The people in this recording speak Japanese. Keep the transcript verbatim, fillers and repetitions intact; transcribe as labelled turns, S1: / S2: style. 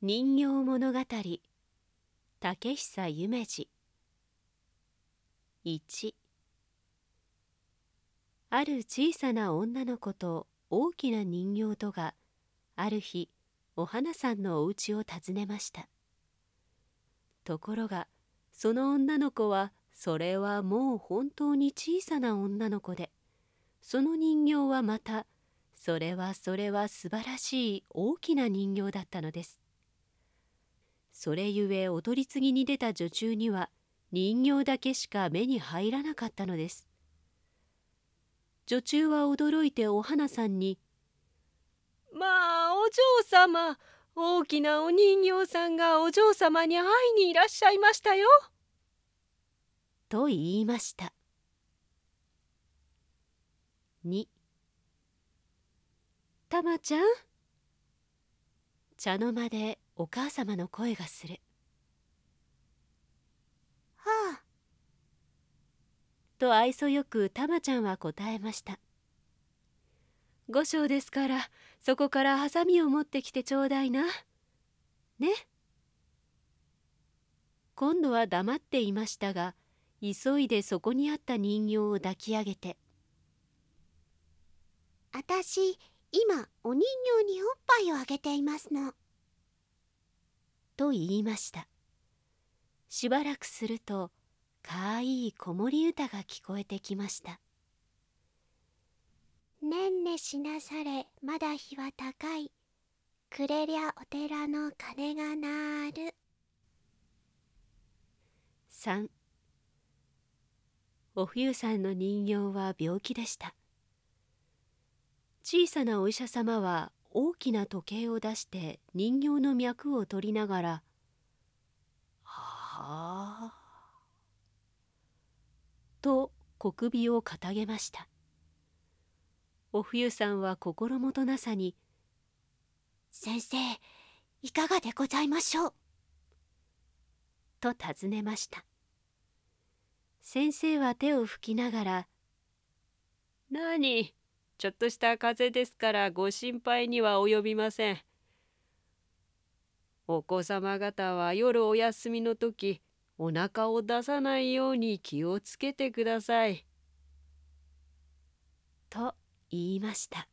S1: 人形物語竹久夢二いち。ある小さな女の子と大きな人形とがある日お花さんのお家を訪ねました。ところがその女の子はそれはもう本当に小さな女の子で、その人形はまたそれはそれは素晴らしい大きな人形だったのです。それゆえ踊り継ぎに出た女中には人形だけしか目に入らなかったのです。女中は驚いてお花さんに
S2: 「まあお嬢様、大きなお人形さんがお嬢様に会いにいらっしゃいましたよ」
S1: と言いました。に。たまちゃん。茶の間でお母様の声がする。
S3: はあ。
S1: と愛想よくたまちゃんは答えました。ご章ですからそこからハサミを持ってきてちょうだいな。ね。今度は黙っていましたが、急いでそこにあった人形を抱き上げて、
S3: あたし、今お人形におっぱいをあげていますの。
S1: と言いました。しばらくすると、かわいい子守歌が聞こえてきました。
S3: ねんねしなされ、まだ日は高い。くれりゃお寺の鐘が鳴る。
S1: さん。お冬さんの人形は病気でした。小さなお医者様は大きな時計を出して人形の脈を取りながら、はあと小首をかたげました。お冬さんは心もとなさに、
S3: 先生、いかがでございましょう
S1: と尋ねました。先生は手を拭きながら、
S2: なに、ちょっとした風邪ですからご心配には及びません。お子様方は夜お休みの時、お腹を出さないように気をつけてください。
S1: と言いました。